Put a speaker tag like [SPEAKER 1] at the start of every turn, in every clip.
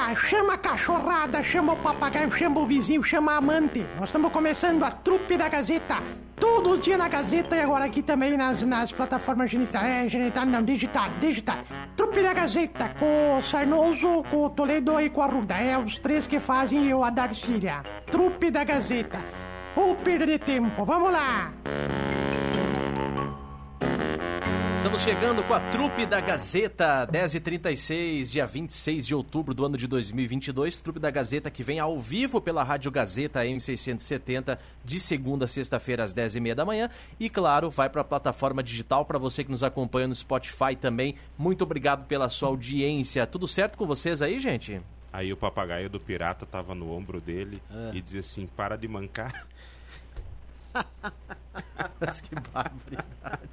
[SPEAKER 1] chama a cachorrada, chama o papagaio, chama o vizinho, chama a amante. Nós estamos começando a Trupe da Gazeta. Todos os dias na Gazeta e agora aqui também nas plataformas digital. Trupe da Gazeta, com o Sarnoso, com o Toledo e com a Arruda. É os três que fazem eu a Darcília. Trupe da Gazeta. Ou perder tempo, vamos lá!
[SPEAKER 2] Estamos chegando com a Trupe da Gazeta, 10h36, dia 26 de outubro do ano de 2022. Trupe da Gazeta que vem ao vivo pela Rádio Gazeta M670, de segunda a sexta-feira às 10h30 da manhã. E, claro, vai para a plataforma digital, para você que nos acompanha no Spotify também. Muito obrigado pela sua audiência. Tudo certo com vocês aí, gente?
[SPEAKER 3] Aí o papagaio do pirata tava no ombro dele e dizia assim, para de mancar.
[SPEAKER 2] Mas que barbaridade.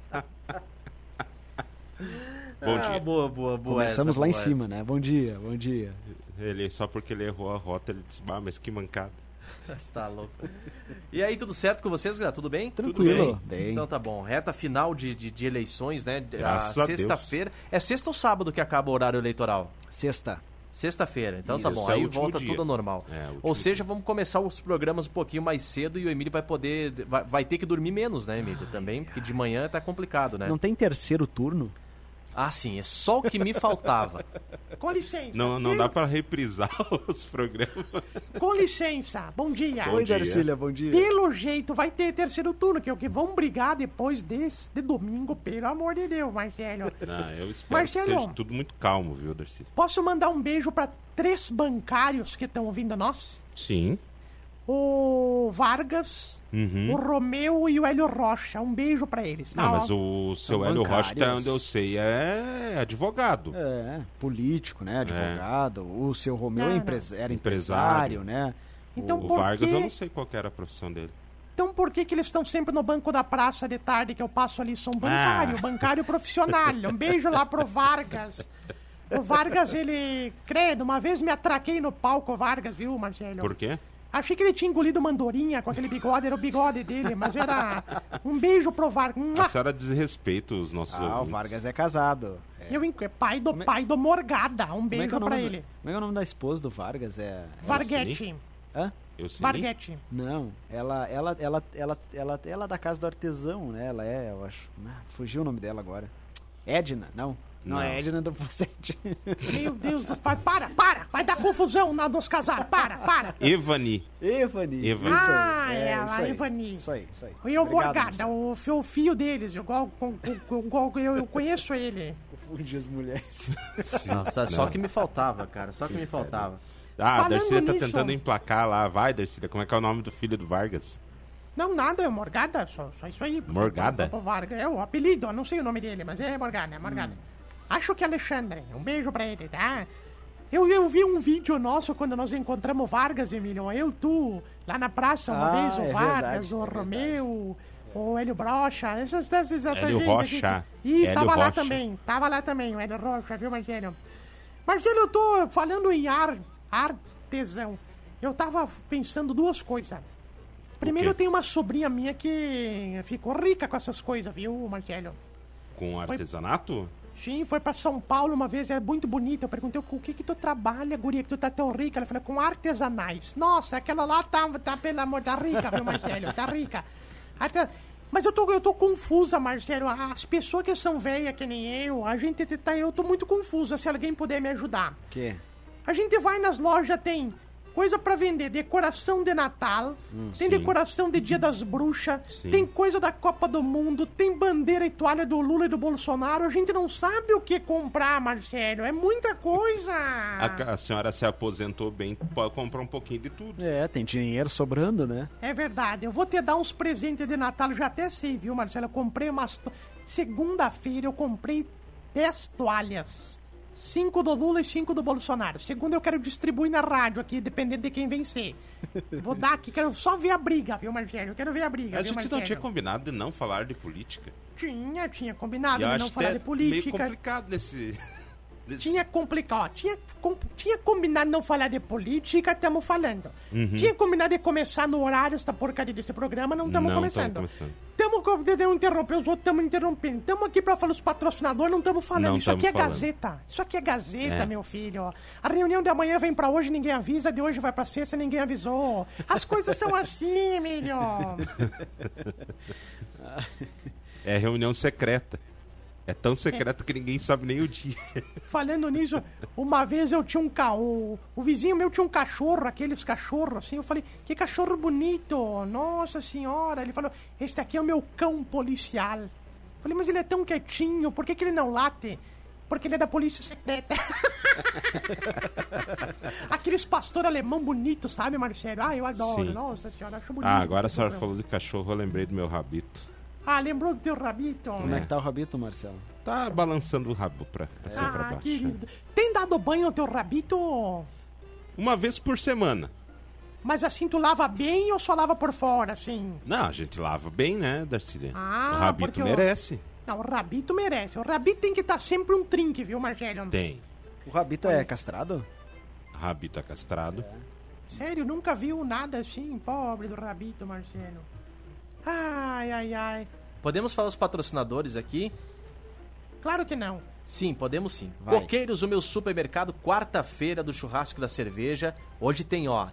[SPEAKER 3] Bom dia.
[SPEAKER 2] Boa.
[SPEAKER 4] Começamos lá em cima, né? Bom dia.
[SPEAKER 3] Ele, só porque ele errou a rota, ele disse, mas que mancada.
[SPEAKER 2] Você tá louco. E aí, tudo certo com vocês, galera? Tudo bem?
[SPEAKER 4] Tranquilo.
[SPEAKER 2] Tudo bem. Então tá bom. Reta final de eleições, né?
[SPEAKER 3] Graças a
[SPEAKER 2] sexta-feira. É sexta ou sábado que acaba o horário eleitoral? Sexta-feira, então
[SPEAKER 3] Isso,
[SPEAKER 2] tá bom, aí volta
[SPEAKER 3] dia.
[SPEAKER 2] tudo ao normal. Ou seja, vamos começar os programas um pouquinho mais cedo e o Emílio vai ter que dormir menos, né, Emílio? Também, porque de manhã tá complicado, né?
[SPEAKER 4] Não tem terceiro turno?
[SPEAKER 2] Ah, sim, é só o que me faltava.
[SPEAKER 1] Com licença.
[SPEAKER 3] Não dá pra reprisar os programas.
[SPEAKER 1] Com licença, bom dia.
[SPEAKER 4] Oi, Darcília, bom dia.
[SPEAKER 1] Pelo jeito vai ter terceiro turno, que é o que vão brigar depois de domingo, pelo amor de Deus, Marcelo.
[SPEAKER 3] Eu espero que seja tudo muito calmo, viu, Darcília?
[SPEAKER 1] Posso mandar um beijo pra 3 bancários que estão ouvindo nós?
[SPEAKER 3] Sim.
[SPEAKER 1] O Vargas, o Romeu e o Hélio Rocha. Um beijo pra eles, tá?
[SPEAKER 3] Não, mas o seu Hélio Rocha, até onde eu sei, é advogado.
[SPEAKER 4] É, político, né? Advogado. O seu Romeu era empresário, né?
[SPEAKER 1] Então,
[SPEAKER 3] o Vargas, eu não sei qual que era a profissão dele.
[SPEAKER 1] Então por que eles estão sempre no banco da praça de tarde que eu passo ali? São bancário profissional. Um beijo lá pro Vargas. O Vargas, ele... Credo, uma vez me atraquei no palco, o Vargas, viu, Marcelo?
[SPEAKER 3] Por quê?
[SPEAKER 1] Achei que ele tinha engolido mandorinha com aquele bigode, era o bigode dele, mas era... Um beijo pro Vargas.
[SPEAKER 3] A senhora desrespeita os nossos ouvintes.
[SPEAKER 4] O Vargas é casado.
[SPEAKER 1] Pai do Morgada, um beijo pra ele.
[SPEAKER 4] Como é o nome da esposa do Vargas?
[SPEAKER 1] Varguete.
[SPEAKER 4] Hã?
[SPEAKER 1] Varguete.
[SPEAKER 4] Não, ela é da casa do artesão, né? Eu acho. Fugiu o nome dela agora. Edna, não. Não é Edna do Pocete.
[SPEAKER 1] Meu Deus do céu, para! Vai dar confusão na dos casados, para!
[SPEAKER 3] Evani.
[SPEAKER 1] A Evani.
[SPEAKER 4] Isso aí.
[SPEAKER 1] E o Morgada, o filho deles, igual eu conheço ele.
[SPEAKER 4] Confundi as mulheres.
[SPEAKER 2] Nossa, só que me faltava, cara,
[SPEAKER 3] A Darcília tá tentando emplacar lá. Vai, Darcília, como é que é o nome do filho do Vargas?
[SPEAKER 1] Não, nada, é Morgada, só isso aí.
[SPEAKER 3] Morgada?
[SPEAKER 1] Vargas, é o apelido, eu não sei o nome dele, mas é Morgada. Acho que é Alexandre, um beijo pra ele, tá? Eu vi um vídeo nosso quando nós encontramos Vargas, Emílio, tu, lá na praça uma vez, o Vargas, o Romeu, o Hélio Brocha, essas
[SPEAKER 3] Hélio Rocha.
[SPEAKER 1] E estava lá também, o Hélio Rocha, viu, Marcelo? Marcelo, eu tô falando em artesão, eu tava pensando 2 coisas. Primeiro, eu tenho uma sobrinha minha que ficou rica com essas coisas, viu, Marcelo?
[SPEAKER 3] Com artesanato?
[SPEAKER 1] Sim, foi pra São Paulo uma vez, é muito bonita. Eu perguntei, com o que tu trabalha, guria, que tu tá tão rica? Ela falou, com artesanais. Nossa, aquela lá tá pelo amor, tá rica, viu, Marcelo? Tá rica. Mas eu tô confusa, Marcelo. As pessoas que são velhas, que nem eu, eu tô muito confusa, se alguém puder me ajudar.
[SPEAKER 4] Que?
[SPEAKER 1] A gente vai nas lojas, tem coisa pra vender, decoração de Natal, tem decoração de Dia das Bruxas, tem coisa da Copa do Mundo, tem bandeira e toalha do Lula e do Bolsonaro. A gente não sabe o que comprar, Marcelo. É muita coisa.
[SPEAKER 3] A senhora se aposentou bem, pode comprar um pouquinho de tudo.
[SPEAKER 4] Tem dinheiro sobrando, né?
[SPEAKER 1] É verdade. Eu vou te dar uns presentes de Natal, eu já até sei, viu, Marcelo? Eu comprei segunda-feira eu comprei 10 toalhas. 5 do Lula e 5 do Bolsonaro. Segunda eu quero distribuir na rádio aqui, dependendo de quem vencer. Vou dar aqui, quero só ver a briga, viu, Marcelo? Eu quero ver a briga,
[SPEAKER 3] A gente não tinha combinado de não falar de política?
[SPEAKER 1] Tinha combinado de não falar de política.
[SPEAKER 3] Meio complicado nesse...
[SPEAKER 1] Tinha complicado, tinha combinado não falar de política, estamos falando. Tinha combinado de começar no horário essa porcaria desse programa, não estamos começando. Estamos estamos interrompendo, os outros estamos interrompendo. Estamos aqui para falar os patrocinadores, não estamos falando.
[SPEAKER 3] Não
[SPEAKER 1] Isso aqui é
[SPEAKER 3] falando.
[SPEAKER 1] Gazeta. Isso aqui é Gazeta, meu filho. A reunião de amanhã vem para hoje, ninguém avisa. De hoje vai para sexta, ninguém avisou. As coisas são assim, milho.
[SPEAKER 3] É reunião secreta. É tão secreta que ninguém sabe nem o dia.
[SPEAKER 1] Falando nisso, uma vez eu tinha o vizinho meu tinha um cachorro, aqueles cachorros assim. Eu falei, que cachorro bonito. Nossa senhora. Ele falou, este aqui é o meu cão policial. Eu falei, mas ele é tão quietinho, por que ele não late? Porque ele é da polícia secreta. Aqueles pastor alemão bonitos, sabe, Marcelo? Ah, eu adoro.
[SPEAKER 3] Sim.
[SPEAKER 1] Nossa senhora, acho bonito.
[SPEAKER 3] Agora a senhora falou de cachorro, eu lembrei do meu rabito.
[SPEAKER 1] Ah, lembrou do teu rabito?
[SPEAKER 4] Como é que tá o rabito, Marcelo?
[SPEAKER 3] Tá balançando o rabo pra cima e pra baixo.
[SPEAKER 1] querido. Tem dado banho ao teu rabito?
[SPEAKER 3] Uma vez por semana.
[SPEAKER 1] Mas assim, tu lava bem ou só lava por fora, assim?
[SPEAKER 3] Não, a gente lava bem, né, Darcília?
[SPEAKER 1] Ah,
[SPEAKER 3] o rabito
[SPEAKER 1] porque
[SPEAKER 3] merece.
[SPEAKER 1] Não, o rabito merece. O rabito tem que estar sempre um trinque, viu, Marcelo?
[SPEAKER 3] Tem.
[SPEAKER 4] O rabito é castrado?
[SPEAKER 3] Rabito é castrado.
[SPEAKER 1] Sério, nunca viu nada assim, pobre do rabito, Marcelo. Ai, ai, ai.
[SPEAKER 2] Podemos falar os patrocinadores aqui?
[SPEAKER 1] Claro que não.
[SPEAKER 2] Sim, podemos sim.
[SPEAKER 4] Vai.
[SPEAKER 2] Coqueiros, o meu supermercado, quarta-feira do churrasco da cerveja. Hoje tem, ó...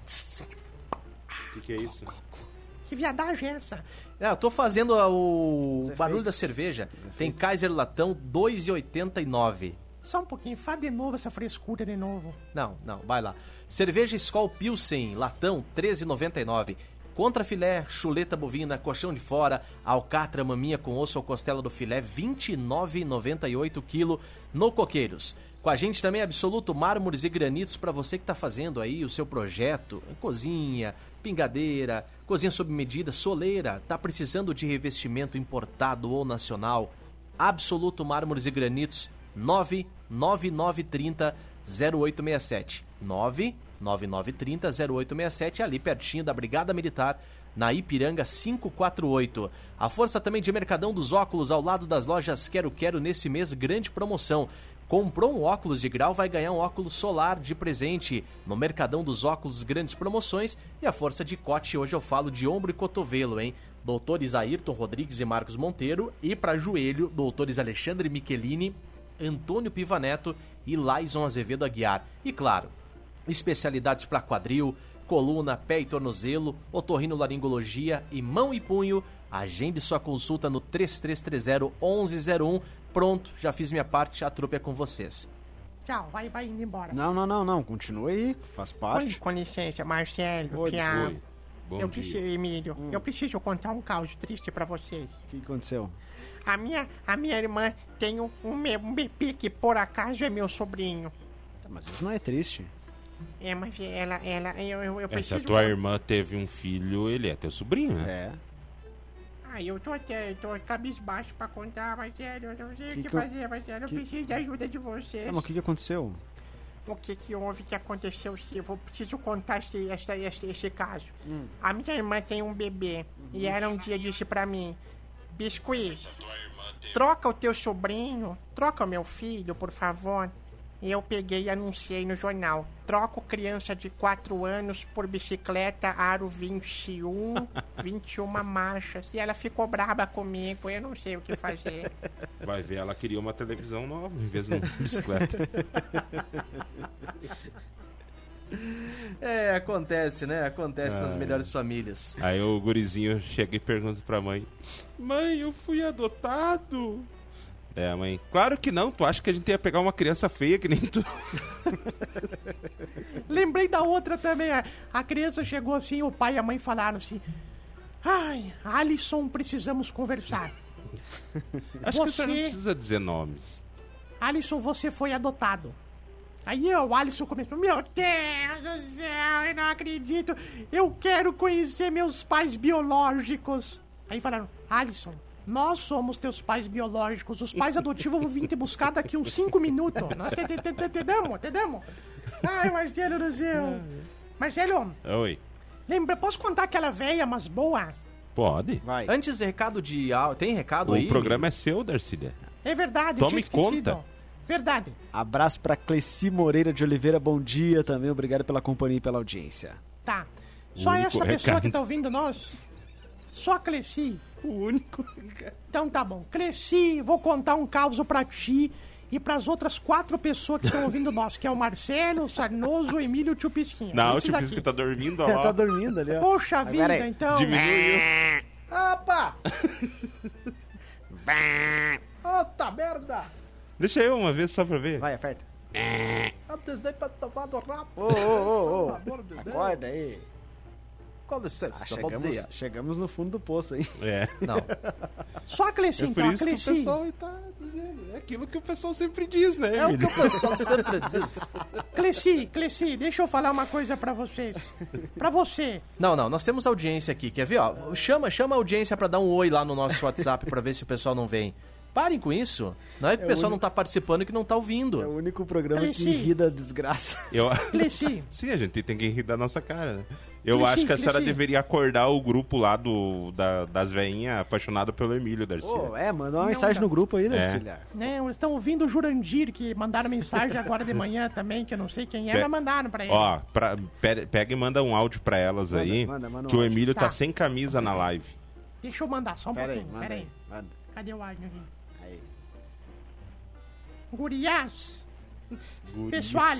[SPEAKER 3] O que é isso?
[SPEAKER 1] Que viadagem é essa?
[SPEAKER 2] Eu tô fazendo o
[SPEAKER 4] Os
[SPEAKER 2] barulho
[SPEAKER 4] efeitos.
[SPEAKER 2] da cerveja.
[SPEAKER 4] Os efeitos.
[SPEAKER 2] Tem Kaiser Latão, 2,89.
[SPEAKER 1] Só um pouquinho, faz de novo essa frescura de novo.
[SPEAKER 2] Não, vai lá. Cerveja Skol Pilsen, latão, 13,99. Contra filé, chuleta bovina, colchão de fora, alcatra, maminha com osso ou costela do filé, 29,98 quilo no Coqueiros. Com a gente também Absoluto Mármores e Granitos para você que está fazendo aí o seu projeto, cozinha, pingadeira, cozinha sob medida, soleira, tá precisando de revestimento importado ou nacional? Absoluto Mármores e Granitos, 99930 0867. 99930 0867, ali pertinho da Brigada Militar, na Ipiranga 548. A força também de Mercadão dos Óculos, ao lado das lojas Quero Quero, nesse mês, grande promoção. Comprou um óculos de grau, vai ganhar um óculos solar de presente. No Mercadão dos Óculos, grandes promoções. E a força de Cote, hoje eu falo de ombro e cotovelo, hein? Doutores Ayrton Rodrigues e Marcos Monteiro. E para joelho, doutores Alexandre Michelini, Antônio Pivaneto e Laison Azevedo Aguiar. E claro, especialidades para quadril, coluna, pé e tornozelo, otorrinolaringologia e mão e punho. Agende sua consulta no 3330-1101. Pronto, já fiz minha parte, a trupe é com vocês.
[SPEAKER 1] Tchau, vai indo embora.
[SPEAKER 4] Não. Continua aí, faz parte.
[SPEAKER 1] Com licença, Marcelo,
[SPEAKER 4] Oi,
[SPEAKER 1] Thiago.
[SPEAKER 3] Oi. Bom
[SPEAKER 1] Eu
[SPEAKER 3] dia.
[SPEAKER 1] preciso, Emílio, eu preciso contar um caos triste pra vocês.
[SPEAKER 4] O que aconteceu?
[SPEAKER 1] A minha irmã tem um bebê que por acaso é meu sobrinho.
[SPEAKER 4] Tá, mas isso não é triste.
[SPEAKER 1] É, mas eu
[SPEAKER 3] Se
[SPEAKER 1] preciso...
[SPEAKER 3] a tua irmã teve um filho, ele é teu sobrinho, né?
[SPEAKER 4] É.
[SPEAKER 1] Eu tô cabisbaixo pra contar, Marcelo. Eu não sei o que
[SPEAKER 4] Que
[SPEAKER 1] fazer, Marcelo. Eu
[SPEAKER 4] que-
[SPEAKER 1] preciso da ajuda de vocês.
[SPEAKER 4] Tá, mas o que aconteceu?
[SPEAKER 1] O que houve, que aconteceu? Eu preciso contar esse caso. A minha irmã tem um bebê. E ela um dia disse pra mim: Biscuit, troca o teu sobrinho, troca o meu filho, por favor. E eu peguei e anunciei no jornal: troco criança de 4 anos por bicicleta aro 21 marchas. E ela ficou braba comigo, eu não sei o que fazer.
[SPEAKER 3] Vai ver, ela queria uma televisão nova em vez de uma bicicleta.
[SPEAKER 2] É, acontece, né? Acontece nas melhores famílias.
[SPEAKER 3] Aí o gurizinho chega e pergunta pra mãe: Mãe, eu fui adotado? É, mãe, claro que não, tu acha que a gente ia pegar uma criança feia que nem tu?
[SPEAKER 1] Lembrei da outra também. A criança chegou assim, o pai e a mãe falaram assim: ai, Alisson, precisamos conversar.
[SPEAKER 3] Acho que você não precisa dizer nomes.
[SPEAKER 1] Alisson, você foi adotado. Aí o Alisson começou: meu Deus do céu, eu não acredito. Eu quero conhecer meus pais biológicos. Aí falaram: Alisson, nós somos teus pais biológicos. Os pais adotivos vão vir te buscar daqui uns 5 minutos. Nós entendemos? Ai, Marcelo do céu. Marcelo,
[SPEAKER 3] Oi.
[SPEAKER 1] lembra, posso contar aquela velha, mas boa?
[SPEAKER 3] Pode.
[SPEAKER 4] Vai.
[SPEAKER 2] Antes, recado de... Tem recado
[SPEAKER 3] O
[SPEAKER 2] aí?
[SPEAKER 3] programa é seu, Darcília.
[SPEAKER 1] É verdade,
[SPEAKER 3] Tome
[SPEAKER 1] tinha esquecido.
[SPEAKER 3] conta.
[SPEAKER 1] Verdade.
[SPEAKER 4] Abraço pra Cleci Moreira de Oliveira, bom dia também, obrigado pela companhia e pela audiência.
[SPEAKER 1] Tá. Só
[SPEAKER 3] Único
[SPEAKER 1] essa pessoa
[SPEAKER 3] recado.
[SPEAKER 1] que tá ouvindo nós. Só Cleci.
[SPEAKER 3] O único.
[SPEAKER 1] Então tá bom. Cleci, vou contar um caos pra ti e pras outras 4 pessoas que estão ouvindo nós, que é o Marcelo, o Sarnoso, o Emílio e o Tio Pisquinha.
[SPEAKER 3] Não, o
[SPEAKER 1] Esses
[SPEAKER 3] tio
[SPEAKER 1] aqui.
[SPEAKER 3] Pisquinha tá dormindo, ó.
[SPEAKER 4] Tá dormindo ali, ó.
[SPEAKER 1] Poxa
[SPEAKER 4] Agora
[SPEAKER 1] vida,
[SPEAKER 4] é.
[SPEAKER 1] então.
[SPEAKER 3] Diminuiu.
[SPEAKER 1] Opa! Puta merda!
[SPEAKER 3] Deixa eu uma vez só pra ver.
[SPEAKER 4] Vai, aperta.
[SPEAKER 1] Antes nem pra tomar do rabo.
[SPEAKER 4] Ô.
[SPEAKER 1] amor de Deus.
[SPEAKER 4] Acorda aí.
[SPEAKER 2] Com licença,
[SPEAKER 4] Chegamos no fundo do poço aí.
[SPEAKER 3] É.
[SPEAKER 2] Não.
[SPEAKER 1] Só a Cleci,
[SPEAKER 3] É por
[SPEAKER 1] então. A
[SPEAKER 3] isso que o
[SPEAKER 1] Cleci.
[SPEAKER 3] pessoal tá dizendo. É aquilo que o pessoal sempre diz, né,
[SPEAKER 2] É o que
[SPEAKER 3] Emílio?
[SPEAKER 2] o pessoal sempre diz.
[SPEAKER 1] Cleci, deixa eu falar uma coisa pra vocês. Pra você.
[SPEAKER 2] Não, nós temos audiência aqui, quer ver, ó? Chama a audiência pra dar um oi lá no nosso WhatsApp pra ver se o pessoal não vem. Parem com isso. Não é que o pessoal não tá participando e que não tá
[SPEAKER 4] É o
[SPEAKER 2] ouvindo.
[SPEAKER 4] único programa
[SPEAKER 1] Cleci.
[SPEAKER 4] que ri da desgraça.
[SPEAKER 1] Cleci.
[SPEAKER 3] Sim, a gente tem que rir da nossa cara, né? Eu
[SPEAKER 1] Cleci,
[SPEAKER 3] acho que a senhora
[SPEAKER 1] Cleci.
[SPEAKER 3] deveria acordar o grupo lá das veinhas apaixonadas pelo Emílio, Darcy.
[SPEAKER 4] Manda uma
[SPEAKER 1] Não
[SPEAKER 4] mensagem
[SPEAKER 1] dá.
[SPEAKER 4] no grupo aí, Darcília.
[SPEAKER 1] Né, eles estão ouvindo o Jurandir, que mandaram mensagem agora de manhã também, que eu não sei quem é,
[SPEAKER 3] Pe-
[SPEAKER 1] mas mandaram pra ele.
[SPEAKER 3] Ó, pega e manda um áudio pra elas aí,
[SPEAKER 4] manda um
[SPEAKER 3] que o
[SPEAKER 4] áudio.
[SPEAKER 3] Emílio tá
[SPEAKER 1] Tá.
[SPEAKER 3] sem camisa na live.
[SPEAKER 1] Deixa eu mandar só um
[SPEAKER 4] Pera aí,
[SPEAKER 1] pouquinho,
[SPEAKER 4] manda
[SPEAKER 1] pera
[SPEAKER 4] aí.
[SPEAKER 1] aí.
[SPEAKER 4] Manda.
[SPEAKER 1] Cadê o áudio aqui?
[SPEAKER 4] Aí.
[SPEAKER 1] Guriás, pessoal,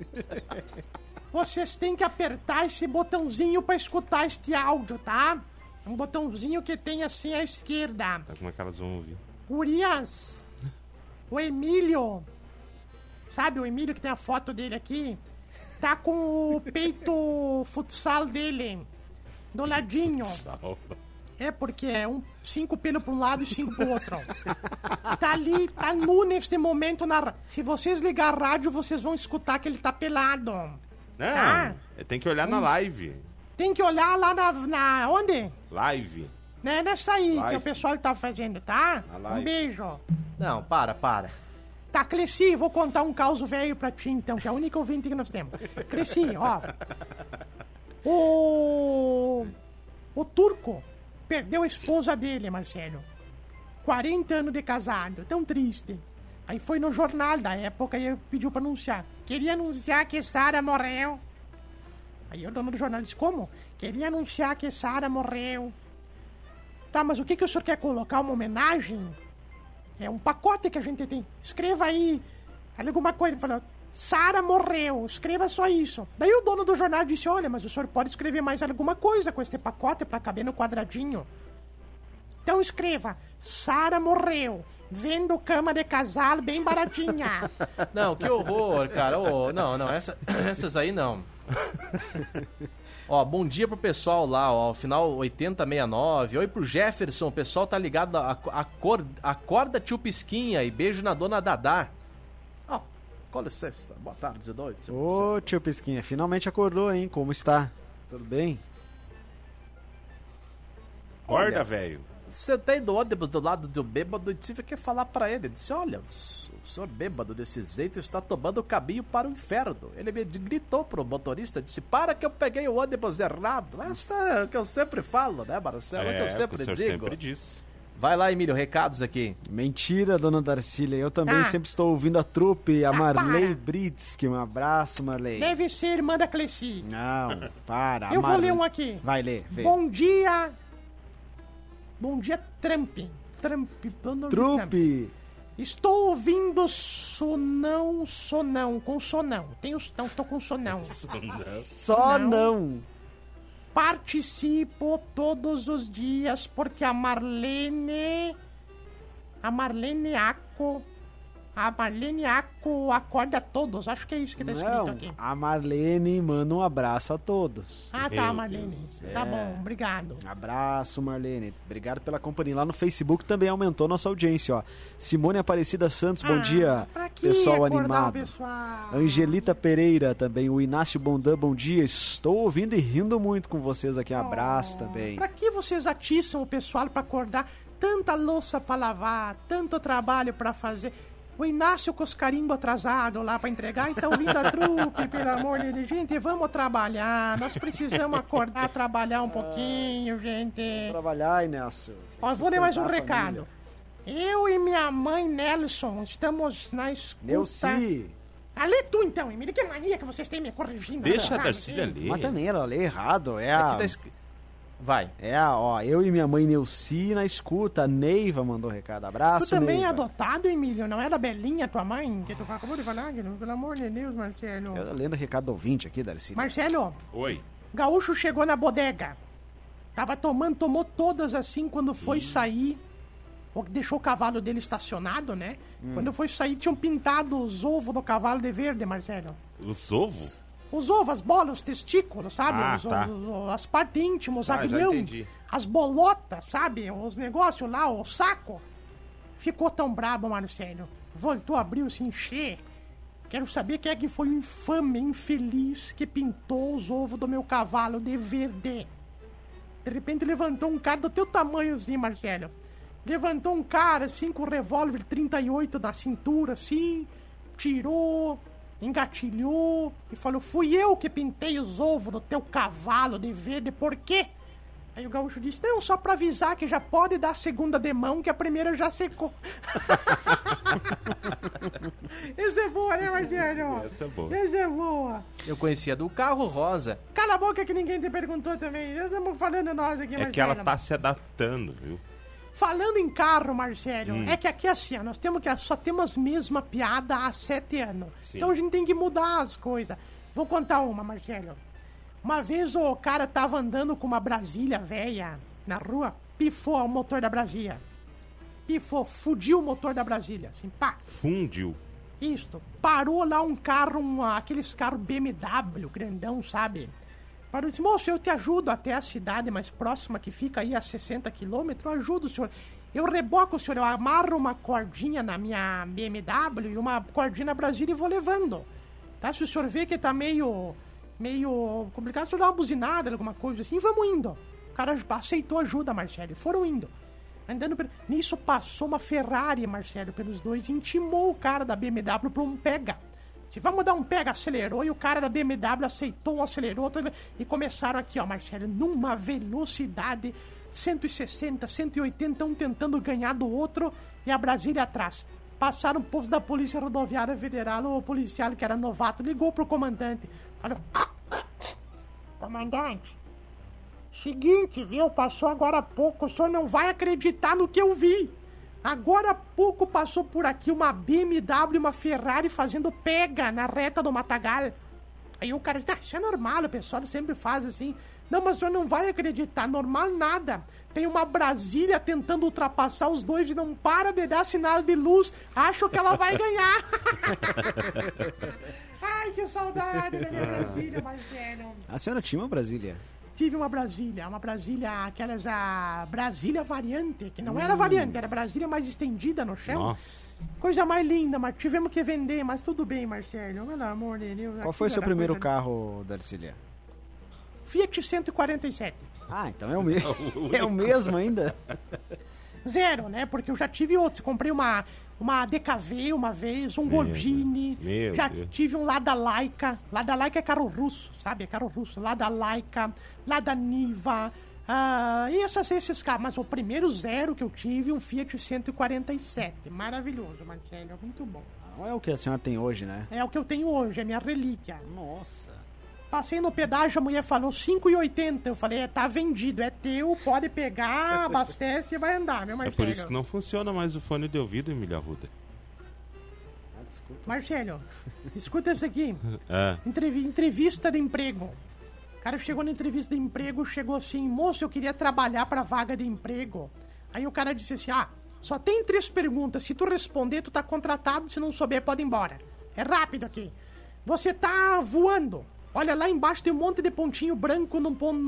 [SPEAKER 1] vocês têm que apertar esse botãozinho pra escutar este áudio, tá? Um botãozinho que tem assim à esquerda.
[SPEAKER 3] Tá, como é que elas vão ouvir?
[SPEAKER 1] Gurias, o Emílio, sabe o Emílio que tem a foto dele aqui? Tá com o peito futsal dele, do ladinho. É porque é 5 pelos pra um lado e 5 pro outro. Tá ali, tá nu neste momento na... Se vocês ligar a rádio, vocês vão escutar que ele tá pelado.
[SPEAKER 3] Não,
[SPEAKER 1] Ah.
[SPEAKER 3] tem que olhar na live.
[SPEAKER 1] Tem que olhar lá na onde?
[SPEAKER 3] Live.
[SPEAKER 1] Né, nessa aí que
[SPEAKER 3] Live.
[SPEAKER 1] o pessoal tá fazendo, tá?
[SPEAKER 3] Na live.
[SPEAKER 1] Um beijo.
[SPEAKER 2] Não, para.
[SPEAKER 1] Tá, Cleci, vou contar um caos velho pra ti, então, que é a única ouvinte que nós temos. Cleci, ó. O turco perdeu a esposa dele, Marcelo. 40 anos de casado, tão triste. Aí foi no jornal da época e pediu pra anunciar. Queria anunciar que Sara morreu. Aí o dono do jornal disse, como? Queria anunciar que Sara morreu. Tá, mas o que o senhor quer colocar? Uma homenagem? É um pacote que a gente tem. Escreva aí alguma coisa. Ele falou, Sara morreu, escreva só isso. Daí o dono do jornal disse, olha, mas o senhor pode escrever mais alguma coisa com esse pacote pra caber no quadradinho. Então escreva, Sara morreu, vendo cama de casal bem baratinha.
[SPEAKER 2] Não, que horror, cara. Não, essas aí não. Ó, bom dia pro pessoal lá, ó, final 8069. Oi pro Jefferson, o pessoal tá ligado, acorda tio Pisquinha e beijo na dona Dadá. Ó, com licença, boa tarde de noite.
[SPEAKER 4] Ô, tio Pisquinha, finalmente acordou, hein? Como está? Tudo bem?
[SPEAKER 3] Acorda, velho.
[SPEAKER 2] Sentei do ônibus do lado do bêbado e tive que falar pra ele. Disse, olha, o senhor bêbado desse jeito está tomando o caminho para o inferno. Ele me gritou pro motorista, disse, para que eu peguei o ônibus errado. Essa é o que eu sempre falo, né, Marcelo? É o que eu sempre
[SPEAKER 3] o senhor
[SPEAKER 2] digo.
[SPEAKER 3] sempre diz.
[SPEAKER 2] Vai lá, Emílio, recados aqui.
[SPEAKER 4] Mentira, dona Darcília. Eu também
[SPEAKER 1] Ah.
[SPEAKER 4] sempre estou ouvindo a trupe, a
[SPEAKER 1] Ah,
[SPEAKER 4] Marley
[SPEAKER 1] para.
[SPEAKER 4] Britsky. Um abraço, Marley.
[SPEAKER 1] Deve ser irmã da Cleci.
[SPEAKER 4] Não, para.
[SPEAKER 1] Eu vou
[SPEAKER 4] Marley.
[SPEAKER 1] ler um aqui.
[SPEAKER 4] Vai ler, vê.
[SPEAKER 1] Bom dia, Trump. Donald Trump.
[SPEAKER 4] Trupe.
[SPEAKER 1] Estou ouvindo sonão, com sonão. Estou com sonão.
[SPEAKER 4] Só não.
[SPEAKER 1] Participo todos os dias porque a Marlene Aco acorda todos. Acho que é isso que tá escrito
[SPEAKER 4] Não,
[SPEAKER 1] aqui.
[SPEAKER 4] a Marlene manda um abraço a todos.
[SPEAKER 1] Ah,
[SPEAKER 3] Meu
[SPEAKER 1] tá, Marlene.
[SPEAKER 3] Deus.
[SPEAKER 1] Tá
[SPEAKER 4] É.
[SPEAKER 1] bom, obrigado.
[SPEAKER 4] Abraço, Marlene. Obrigado pela companhia. Lá no Facebook também aumentou nossa audiência, ó. Simone Aparecida Santos, bom dia.
[SPEAKER 1] Pra que
[SPEAKER 4] Pessoal
[SPEAKER 1] acordar
[SPEAKER 4] animado.
[SPEAKER 1] o pessoal?
[SPEAKER 4] Angelita Pereira também, o Inácio Bondan, bom dia. Estou ouvindo e rindo muito com vocês aqui. Abraço também.
[SPEAKER 1] Pra que vocês atiçam o pessoal pra acordar? Tanta louça pra lavar, tanto trabalho pra fazer. O Inácio com os carimbos atrasados lá pra entregar, então vindo a trupe, pelo amor de Deus. Gente, vamos trabalhar. Nós precisamos acordar, trabalhar um pouquinho, gente.
[SPEAKER 4] Trabalhar, Inácio.
[SPEAKER 1] Ó, vou ler mais um
[SPEAKER 4] Sustentar a
[SPEAKER 1] recado.
[SPEAKER 4] família.
[SPEAKER 1] Eu e minha mãe Nelson estamos na escuta.
[SPEAKER 4] Neuci.
[SPEAKER 1] Ah, lê tu então, Emílio. Que mania que vocês têm me corrigindo.
[SPEAKER 3] Deixa a
[SPEAKER 1] Ah,
[SPEAKER 3] Darcília
[SPEAKER 1] aqui.
[SPEAKER 3] ler.
[SPEAKER 4] Mas também ela lê errado. É
[SPEAKER 2] Aqui
[SPEAKER 4] a...
[SPEAKER 2] tá escrito. Vai.
[SPEAKER 4] Eu e minha mãe Neuci na escuta. A Neiva mandou recado. Abraço,
[SPEAKER 1] Tu também
[SPEAKER 4] Neiva.
[SPEAKER 1] é adotado, Emílio? Não era Belinha, tua mãe? Que tu acabou de falar, pelo amor de Deus, Marcelo.
[SPEAKER 4] Eu lendo o recado do ouvinte aqui, Darcy.
[SPEAKER 1] Marcelo,
[SPEAKER 3] Oi.
[SPEAKER 1] Gaúcho chegou na bodega. Tava tomou todas assim quando foi sair. Deixou o cavalo dele estacionado, né? Quando foi sair, tinham pintado os ovos do cavalo de verde, Marcelo.
[SPEAKER 3] Os ovos?
[SPEAKER 1] Os ovos, as bolas, os testículos, sabe?
[SPEAKER 3] Tá.
[SPEAKER 1] As partes íntimas, os
[SPEAKER 3] Já
[SPEAKER 1] agrião,
[SPEAKER 3] entendi.
[SPEAKER 1] as bolotas, sabe? Os negócios lá, o saco. Ficou tão brabo, Marcelo. Voltou, abriu, se encher. Quero saber quem é que foi o infame, infeliz, que pintou os ovos do meu cavalo de verde. De repente levantou um cara do teu tamanho, assim, Marcelo. Levantou um cara, assim, com o revólver 38 na cintura, assim, tirou, engatilhou e falou: fui eu que pintei os ovos do teu cavalo de verde, por quê? Aí o gaúcho disse: não, só pra avisar que já pode dar a segunda de mão, que a primeira já secou. Essa é boa, né, Marcelo?
[SPEAKER 3] Essa é boa.
[SPEAKER 1] Essa é boa.
[SPEAKER 2] Eu conhecia do carro rosa.
[SPEAKER 1] Cala a boca que ninguém te perguntou também. Nós estamos falando nós aqui, Marcelo.
[SPEAKER 3] É que ela tá se adaptando, viu?
[SPEAKER 1] Falando em carro, Marcelo, é que aqui assim, ó, nós temos que só temos a mesma piada há 7 anos.
[SPEAKER 3] Sim.
[SPEAKER 1] Então a gente tem que mudar as coisas. Vou contar uma, Marcelo. Uma vez o cara tava andando com uma Brasília velha na rua, pifou o motor da Brasília. Pifou, fudiu o motor da Brasília, assim, pá.
[SPEAKER 3] Fundiu.
[SPEAKER 1] Isto. Parou lá um carro, aqueles carros BMW grandão, sabe? Parou e disse: moço, eu te ajudo até a cidade mais próxima que fica aí a 60 quilômetros, eu ajudo o senhor. Eu reboco o senhor, eu amarro uma cordinha na minha BMW e uma cordinha na Brasília e vou levando. Tá? Se o senhor vê que tá meio complicado, o senhor dá uma buzinada, alguma coisa assim, vamos indo. O cara aceitou ajuda, Marcelo, e foram indo. Andando nisso passou uma Ferrari, Marcelo, pelos dois, e intimou o cara da BMW para um pega. Se vamos dar um pega, acelerou, e o cara da BMW aceitou, acelerou, e começaram aqui, ó, Marcelo, numa velocidade 160, 180, um tentando ganhar do outro, e a Brasília atrás. Passaram o povo da Polícia Rodoviária Federal, o policial que era novato, ligou pro comandante. Falou: comandante, seguinte, viu, passou agora há pouco, o senhor não vai acreditar no que eu vi. Agora há pouco passou por aqui uma BMW e uma Ferrari fazendo pega na reta do Matagal. Aí o cara disse: isso é normal, o pessoal sempre faz assim. Não, mas o senhor não vai acreditar, normal nada. Tem uma Brasília tentando ultrapassar os dois e não para de dar sinal de luz. Acho que ela vai ganhar. Ai, que saudade da minha Brasília, Marcelo.
[SPEAKER 4] A senhora tinha uma Brasília?
[SPEAKER 1] Tive uma Brasília, aquelas, a Brasília variante, que não era variante, era Brasília mais estendida no chão.
[SPEAKER 3] Nossa.
[SPEAKER 1] Coisa mais linda, mas tivemos que vender, mas tudo bem, Marcelo, pelo amor de Deus.
[SPEAKER 4] Qual foi o seu
[SPEAKER 1] aquilo era
[SPEAKER 4] primeiro
[SPEAKER 1] coisa-
[SPEAKER 4] carro, Darcília?
[SPEAKER 1] Fiat 147.
[SPEAKER 4] Ah, então é o mesmo. É o mesmo ainda?
[SPEAKER 1] Zero, né? Porque eu já tive outros. Comprei uma DKV uma vez, um Gordini.
[SPEAKER 3] meu
[SPEAKER 1] Já
[SPEAKER 3] Deus.
[SPEAKER 1] tive um Lada Laika. Lada Laika é carro russo, sabe? É carro russo. Lada Laika, Lada Niva. E esses carros. Mas o primeiro zero que eu tive, um Fiat 147. Maravilhoso, Marcelo. Muito bom.
[SPEAKER 4] Não é o que a senhora tem hoje, né?
[SPEAKER 1] É o que eu tenho hoje, é minha relíquia.
[SPEAKER 4] Nossa.
[SPEAKER 1] Passei no pedágio, a mulher falou 5,80. Eu falei: tá vendido, é teu, pode pegar, abastece e vai andar, meu
[SPEAKER 3] É
[SPEAKER 1] Marcelo.
[SPEAKER 3] por isso que não funciona mais o fone de ouvido, Emílio Arruda.
[SPEAKER 4] Ah, desculpa.
[SPEAKER 1] Marcelo, escuta isso aqui.
[SPEAKER 3] Ah,
[SPEAKER 1] Entrevista de emprego. O cara chegou na entrevista de emprego, chegou assim: moço, eu queria trabalhar pra vaga de emprego. Aí o cara disse assim: só tem 3 perguntas. Se tu responder, tu tá contratado. Se não souber, pode ir embora. É rápido aqui. Você tá voando. Olha, lá embaixo tem um monte de pontinho branco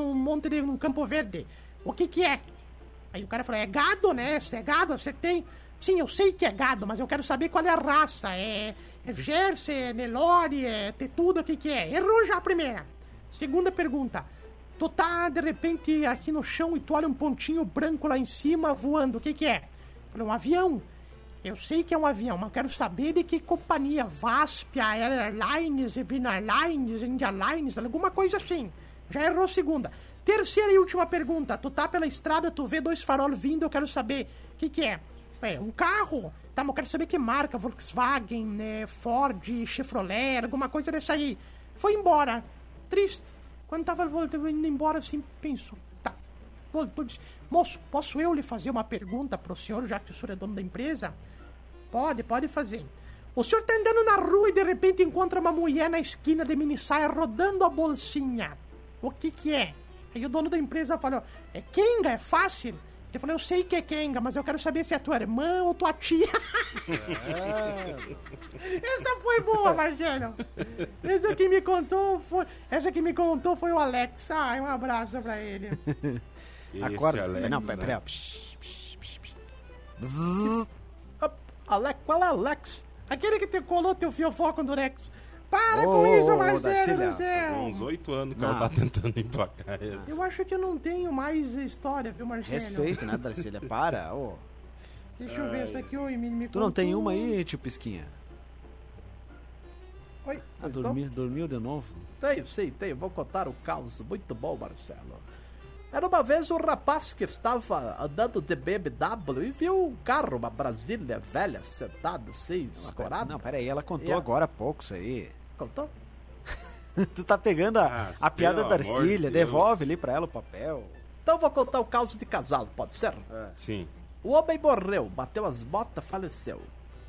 [SPEAKER 1] num campo verde. O que é? Aí o cara falou: é gado, né? Se é gado, você tem... Sim, eu sei que é gado, mas eu quero saber qual é a raça. É Jersey, é Nelore, é tetudo, o que é? Errou já a primeira. Segunda pergunta. Tu tá, de repente, aqui no chão e tu olha um pontinho branco lá em cima voando. O que é? Falei: um avião. Eu sei que é um avião, mas quero saber de que companhia. VASP, Airlines, Vina Airlines, India Airlines, alguma coisa assim. Já errou a segunda. Terceira e última pergunta. Tu tá pela estrada, tu vê 2 faróis vindo, eu quero saber o que é. É um carro. Tá, mas eu quero saber que marca. Volkswagen, Ford, Chevrolet, alguma coisa dessa aí. Foi embora. Triste. Quando tava indo embora, assim, pensou: tá, voltou e disse: moço, posso eu lhe fazer uma pergunta pro senhor, já que o senhor é dono da empresa? Pode fazer. O senhor tá andando na rua e de repente encontra uma mulher na esquina de minissaia rodando a bolsinha. O que é? Aí o dono da empresa falou: é Kenga, é fácil. Ele falou: eu sei que é Kenga, mas eu quero saber se é tua irmã ou tua tia. Essa foi boa, Marcelo. Essa que me contou foi o Alex. Ai, um abraço pra ele.
[SPEAKER 4] Acorda.
[SPEAKER 3] Alex,
[SPEAKER 4] Não,
[SPEAKER 3] né?
[SPEAKER 4] pera.
[SPEAKER 1] Alex, qual é Alex? Aquele que te colou teu fiofó com o Durex. Para com isso, Marcelo
[SPEAKER 4] Darcília.
[SPEAKER 1] do céu.
[SPEAKER 3] Faz uns 8 anos que
[SPEAKER 4] Não.
[SPEAKER 3] ela tá tentando emplacar essa.
[SPEAKER 1] Eu acho que eu não tenho mais história, viu, Marcelo?
[SPEAKER 4] Respeito, né, Darcília? Para, ô.
[SPEAKER 1] Deixa eu ver essa aqui, me
[SPEAKER 4] Tu não tem
[SPEAKER 1] contou.
[SPEAKER 4] uma aí, tio Pisquinha?
[SPEAKER 2] Oi,
[SPEAKER 4] Ah, dormiu de novo?
[SPEAKER 2] Tenho. Vou contar um caos muito bom, Marcelo. Era uma vez um rapaz que estava andando de BMW e viu um carro, uma Brasília velha, sentada assim, escorada.
[SPEAKER 4] Não, pera aí, ela contou
[SPEAKER 2] E a-
[SPEAKER 4] agora há pouco isso aí.
[SPEAKER 2] Contou?
[SPEAKER 4] Tu tá pegando a piada
[SPEAKER 3] pelo
[SPEAKER 4] da
[SPEAKER 3] amor de
[SPEAKER 4] Darcília,
[SPEAKER 3] Deus.
[SPEAKER 4] devolve ali pra ela o papel.
[SPEAKER 2] Então vou contar o caos de casal, pode ser?
[SPEAKER 3] Sim.
[SPEAKER 2] O homem morreu, bateu as botas, faleceu.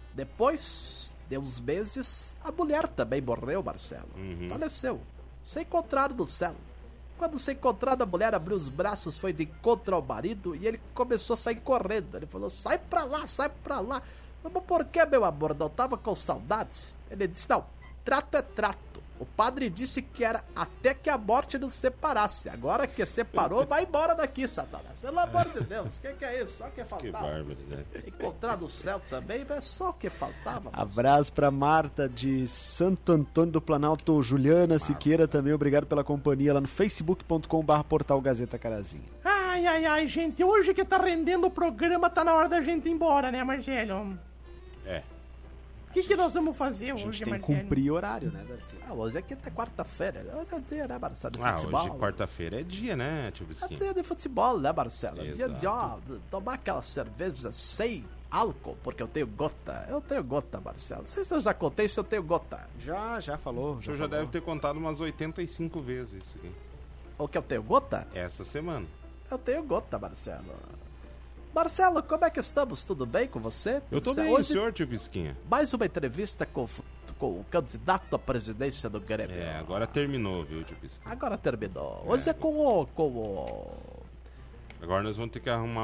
[SPEAKER 2] Depois de uns meses, a mulher também morreu, Marcelo. Faleceu. Se encontraram no céu. Quando se encontraram, a mulher abriu os braços, foi de encontro ao marido e ele começou a sair correndo. Ele falou: sai pra lá, sai pra lá. Mas por que, meu amor? Não tava com saudades? Ele disse: não, trato é trato. O padre disse que era até que a morte nos separasse. Agora que separou, vai embora daqui, Satanás. Pelo amor de Deus, o que é isso? Só o que
[SPEAKER 3] Que
[SPEAKER 2] faltava.
[SPEAKER 3] bárbaro, né?
[SPEAKER 2] Encontrar no céu também, mas só o que faltava. moço.
[SPEAKER 4] Abraço pra Marta de Santo Antônio do Planalto, Juliana Siqueira também, obrigado pela companhia lá no facebook.com/portal Gazeta Carazinho.
[SPEAKER 1] Ai, gente, hoje que tá rendendo o programa, tá na hora da gente ir embora, né, Marcelo?
[SPEAKER 3] É.
[SPEAKER 1] O que nós vamos fazer
[SPEAKER 4] A gente
[SPEAKER 1] hoje,
[SPEAKER 4] tem que
[SPEAKER 1] Marcelo?
[SPEAKER 4] cumprir horário, né, Darcília?
[SPEAKER 2] Ah, hoje é quinta, quarta-feira. Hoje é dia, né, Marcelo? De
[SPEAKER 3] Ah,
[SPEAKER 2] futebol.
[SPEAKER 3] hoje quarta-feira é dia, né, tio
[SPEAKER 2] É
[SPEAKER 3] Bisquinho?
[SPEAKER 2] dia de futebol, né, Marcelo? É dia de,
[SPEAKER 3] Exato.
[SPEAKER 2] tomar aquela cerveja sem álcool, porque eu tenho gota. Eu tenho gota, Marcelo. Não sei se eu já contei se eu tenho gota.
[SPEAKER 4] Já falou.
[SPEAKER 3] O senhor já deve ter contado umas 85 vezes isso aqui.
[SPEAKER 2] Ou que eu tenho gota?
[SPEAKER 3] Essa semana.
[SPEAKER 2] Eu tenho gota, Marcelo. Marcelo, como é que estamos? Tudo bem com você?
[SPEAKER 3] Eu
[SPEAKER 2] Tudo
[SPEAKER 3] tô
[SPEAKER 2] certo?
[SPEAKER 3] bem,
[SPEAKER 2] Hoje,
[SPEAKER 3] senhor, tio Bisquinha.
[SPEAKER 2] mais uma entrevista com o candidato à presidência do Grêmio.
[SPEAKER 3] É, agora terminou, viu, tio Bisquinha?
[SPEAKER 2] Agora terminou. Hoje é com o...
[SPEAKER 3] Agora nós vamos ter que arrumar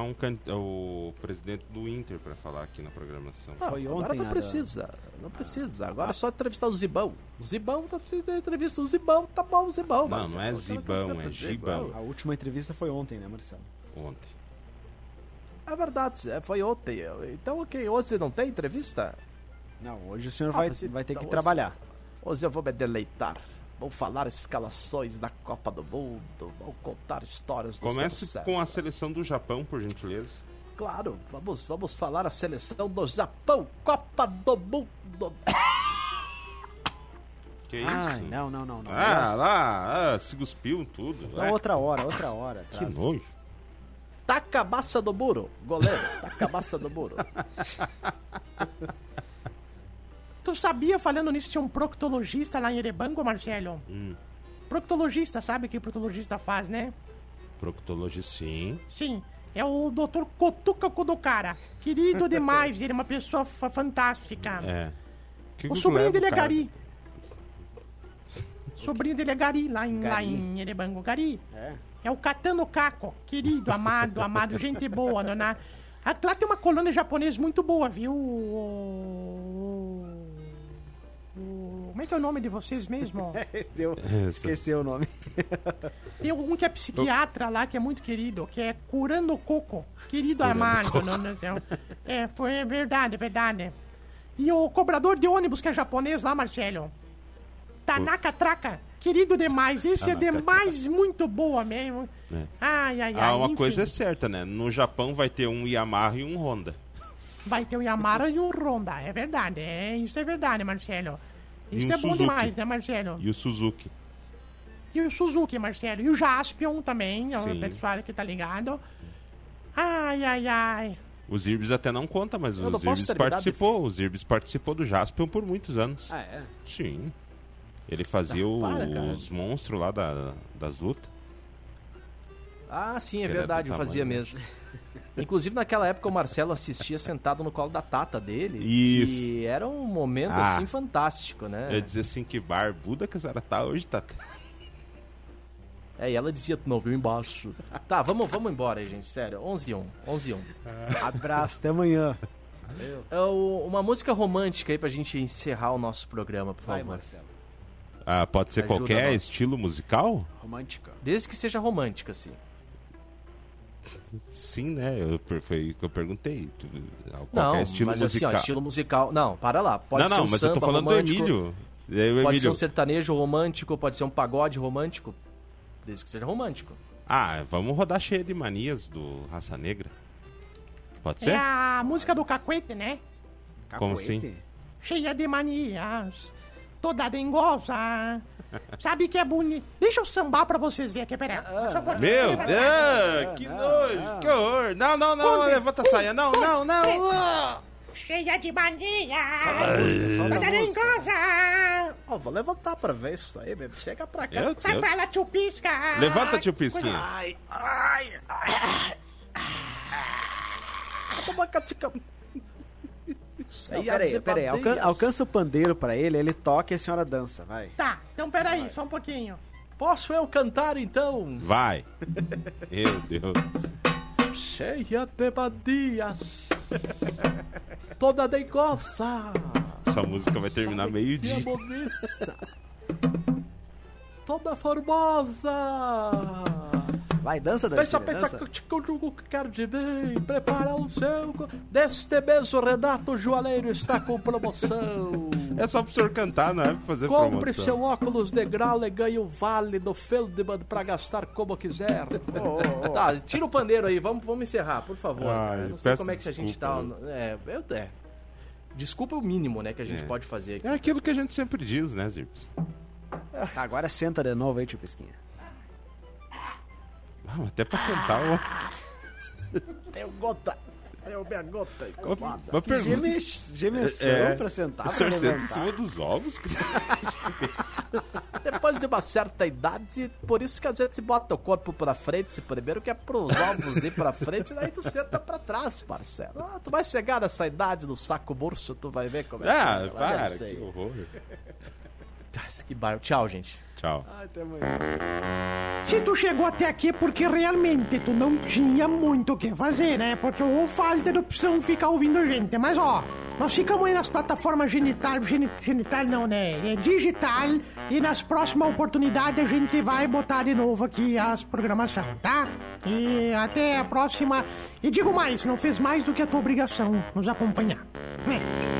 [SPEAKER 3] o presidente do Inter pra falar aqui na programação.
[SPEAKER 4] Foi
[SPEAKER 2] Agora
[SPEAKER 4] ontem,
[SPEAKER 2] não
[SPEAKER 4] nada.
[SPEAKER 2] precisa. Não precisa. Agora é só entrevistar o Zibão. O Zibão, não precisa de entrevista. O Zibão, tá bom, o Zibão.
[SPEAKER 3] Não,
[SPEAKER 2] Marcelo.
[SPEAKER 3] não é
[SPEAKER 2] Aquela que eu
[SPEAKER 3] Zibão,
[SPEAKER 2] sempre
[SPEAKER 3] é
[SPEAKER 2] digo.
[SPEAKER 3] Gibão.
[SPEAKER 4] A última entrevista foi ontem, né, Marcelo?
[SPEAKER 3] Ontem.
[SPEAKER 2] É verdade, foi ontem. Então, ok, hoje não tem entrevista?
[SPEAKER 4] Não, hoje o senhor
[SPEAKER 2] mas
[SPEAKER 4] vai ter
[SPEAKER 2] então
[SPEAKER 4] que
[SPEAKER 2] hoje-
[SPEAKER 4] trabalhar.
[SPEAKER 2] Hoje eu vou me deleitar. Vou falar escalações da Copa do Mundo. Vou contar histórias do
[SPEAKER 3] Comece
[SPEAKER 2] sucesso.
[SPEAKER 3] com a seleção do Japão, por gentileza.
[SPEAKER 2] Claro, vamos falar a seleção do Japão. Copa do Mundo.
[SPEAKER 3] Que isso?
[SPEAKER 4] Ai, não.
[SPEAKER 3] Ah, lá, se cuspiu tudo.
[SPEAKER 4] Então, outra hora.
[SPEAKER 3] Que
[SPEAKER 4] traz.
[SPEAKER 3] nojo.
[SPEAKER 2] Taca a massa do muro, goleiro. Taca a massa do muro.
[SPEAKER 1] Tu sabia, falando nisso, tinha um proctologista lá em Erebango, Marcelo? Proctologista, sabe o que o proctologista faz, né?
[SPEAKER 3] Proctologia, sim.
[SPEAKER 1] Sim, é o Dr. Kotuka Kodokara. Querido demais, ele é uma pessoa fantástica.
[SPEAKER 3] É. Que
[SPEAKER 1] O
[SPEAKER 3] que
[SPEAKER 1] sobrinho
[SPEAKER 3] leva
[SPEAKER 1] dele é
[SPEAKER 3] cara?
[SPEAKER 1] Gari. Sobrinho dele é Gari, lá em Erebango. Gari. É o Katano Kako, querido, amado, gente boa, dona. Lá tem uma colônia japonesa muito boa, viu? Como é que é o nome de vocês mesmo?
[SPEAKER 4] Esqueceu o nome.
[SPEAKER 1] Tem um que é psiquiatra lá, que é muito querido, que é Curando Coco. Querido amado, não sei. É verdade. E o cobrador de ônibus que é japonês lá, Marcelo. Tanaka Traka. Querido demais. Esse é
[SPEAKER 3] Tanaka
[SPEAKER 1] demais, muito boa mesmo.
[SPEAKER 3] É.
[SPEAKER 1] Ai.
[SPEAKER 3] Uma
[SPEAKER 1] enfim.
[SPEAKER 3] coisa é certa, né? No Japão vai ter um Yamaha e um Honda.
[SPEAKER 1] Vai ter um Yamara e um Honda. É verdade. Isso é verdade, Marcelo. Isso
[SPEAKER 3] um
[SPEAKER 1] é bom
[SPEAKER 3] Suzuki.
[SPEAKER 1] demais, né, Marcelo?
[SPEAKER 3] E o Suzuki.
[SPEAKER 1] E o Suzuki, Marcelo. E o Jaspion também,
[SPEAKER 3] Sim.
[SPEAKER 1] o pessoal que tá ligado. Ai.
[SPEAKER 3] O Zirbis até não conta, mas
[SPEAKER 2] Eu
[SPEAKER 3] o
[SPEAKER 2] não posso
[SPEAKER 3] Zirbis
[SPEAKER 2] terminar
[SPEAKER 3] participou. O Zirbis participou do Jaspion por muitos anos.
[SPEAKER 4] Ah, é?
[SPEAKER 3] Sim. Ele fazia
[SPEAKER 2] para, cara.
[SPEAKER 3] os monstros lá das lutas.
[SPEAKER 2] Ah, sim, é
[SPEAKER 3] Ele é do
[SPEAKER 2] verdade, eu fazia
[SPEAKER 3] tamanho,
[SPEAKER 2] mesmo. Inclusive, naquela época, o Marcelo assistia sentado no colo da Tata dele.
[SPEAKER 3] Isso.
[SPEAKER 2] E era um momento, assim, fantástico, né?
[SPEAKER 3] Eu ia dizer assim, que barbuda que a senhora tá hoje, tá...
[SPEAKER 2] E ela dizia, tu não viu embaixo. Tá, vamos embora aí, gente, sério. 11h01.
[SPEAKER 4] Abraço, até amanhã.
[SPEAKER 2] Uma música romântica aí pra gente encerrar o nosso programa, por favor.
[SPEAKER 4] Vai, Marcelo.
[SPEAKER 3] Ah, pode ser
[SPEAKER 2] Ajuda
[SPEAKER 3] qualquer
[SPEAKER 2] nós.
[SPEAKER 3] estilo musical?
[SPEAKER 4] Romântica.
[SPEAKER 2] Desde que seja romântica, assim.
[SPEAKER 3] Sim, né? Foi o que eu perguntei. Qualquer
[SPEAKER 2] Não,
[SPEAKER 3] estilo
[SPEAKER 2] mas
[SPEAKER 3] musical.
[SPEAKER 2] assim, ó, estilo musical... Não, para lá. Pode ser um
[SPEAKER 3] mas eu tô
[SPEAKER 2] samba
[SPEAKER 3] falando
[SPEAKER 2] romântico,
[SPEAKER 3] do Emílio. E aí, o
[SPEAKER 2] Pode ser
[SPEAKER 3] Emílio...
[SPEAKER 2] um sertanejo romântico, pode ser um pagode romântico. Desde que seja romântico.
[SPEAKER 3] Ah, vamos rodar Cheia de Manias do Raça Negra. Pode ser?
[SPEAKER 1] É a música do Cacuete, né?
[SPEAKER 3] Como
[SPEAKER 4] Cacuete.
[SPEAKER 3] assim?
[SPEAKER 1] Cheia de manias, toda dengosa. Sabe que é bonito. Deixa eu sambar pra vocês verem aqui, peraí. Só um pouquinho.
[SPEAKER 3] Meu Deus, que nojo, que horror. Não, levanta a saia. Não.
[SPEAKER 1] Cheia de manias,
[SPEAKER 4] Solta a
[SPEAKER 1] toda
[SPEAKER 4] música.
[SPEAKER 1] dengosa.
[SPEAKER 2] Ó, vou levantar pra ver isso aí, bebê. Chega pra cá.
[SPEAKER 3] Meu
[SPEAKER 1] Sai
[SPEAKER 3] Deus.
[SPEAKER 1] pra lá, tio Pisca.
[SPEAKER 3] Levanta, tio Pisquinha.
[SPEAKER 2] Ai.
[SPEAKER 4] Não, peraí. Alcança o pandeiro pra ele toca e a senhora dança, vai.
[SPEAKER 1] Tá, então peraí, só um pouquinho.
[SPEAKER 2] Posso eu cantar, então?
[SPEAKER 3] Vai. Meu Deus.
[SPEAKER 2] Cheia de badias, toda dengosa.
[SPEAKER 3] Essa música vai terminar
[SPEAKER 2] Que
[SPEAKER 3] meio-dia.
[SPEAKER 2] bonita, toda formosa.
[SPEAKER 4] Vai, dança,
[SPEAKER 2] Pensa
[SPEAKER 4] dança.
[SPEAKER 2] que eu quero de mim. Prepara o seu. Deste mês o Renato Joalheiro está com promoção.
[SPEAKER 3] É só pro senhor cantar, não é pra fazer
[SPEAKER 2] Compre
[SPEAKER 3] promoção.
[SPEAKER 2] seu óculos de grau e ganhe o vale do Feldman pra gastar como quiser. Tá, tira o pandeiro aí, vamos encerrar, por favor.
[SPEAKER 3] Ai,
[SPEAKER 2] Eu não sei
[SPEAKER 3] peço
[SPEAKER 2] como é que a gente tá.
[SPEAKER 3] desculpa.
[SPEAKER 2] Desculpa o mínimo, né, que a gente pode fazer aqui.
[SPEAKER 3] É aquilo que a gente sempre diz, né, Zirps?
[SPEAKER 4] Tá, agora senta de novo aí, tio Pisquinha.
[SPEAKER 3] Ah, até pra sentar, ó.
[SPEAKER 2] Deu gota. Deu minha gota.
[SPEAKER 3] Uma pergunta.
[SPEAKER 4] Gemessão pra sentar,
[SPEAKER 3] O
[SPEAKER 4] pra
[SPEAKER 3] senhor senta em
[SPEAKER 4] levantar.
[SPEAKER 3] cima dos ovos?
[SPEAKER 2] Depois de uma certa idade, por isso que às vezes se bota o corpo pra frente primeiro, que é pros ovos ir pra frente, e daí tu senta pra trás, parceiro. Ah, tu vai chegar nessa idade do saco murcho, tu vai ver como é
[SPEAKER 3] Ah,
[SPEAKER 2] que é.
[SPEAKER 3] para,
[SPEAKER 2] Eu sei.
[SPEAKER 3] que horror.
[SPEAKER 2] Que bar... Tchau, gente.
[SPEAKER 3] Tchau.
[SPEAKER 4] Até amanhã.
[SPEAKER 1] Se tu chegou até aqui é porque realmente tu não tinha muito o que fazer, né? Porque ou falta de opção ficar ouvindo a gente. Mas ó, nós ficamos aí nas plataformas genital não, né? É digital. E nas próximas oportunidades a gente vai botar de novo aqui as programações, tá? E até a próxima. E digo mais, não fez mais do que a tua obrigação nos acompanhar. Né?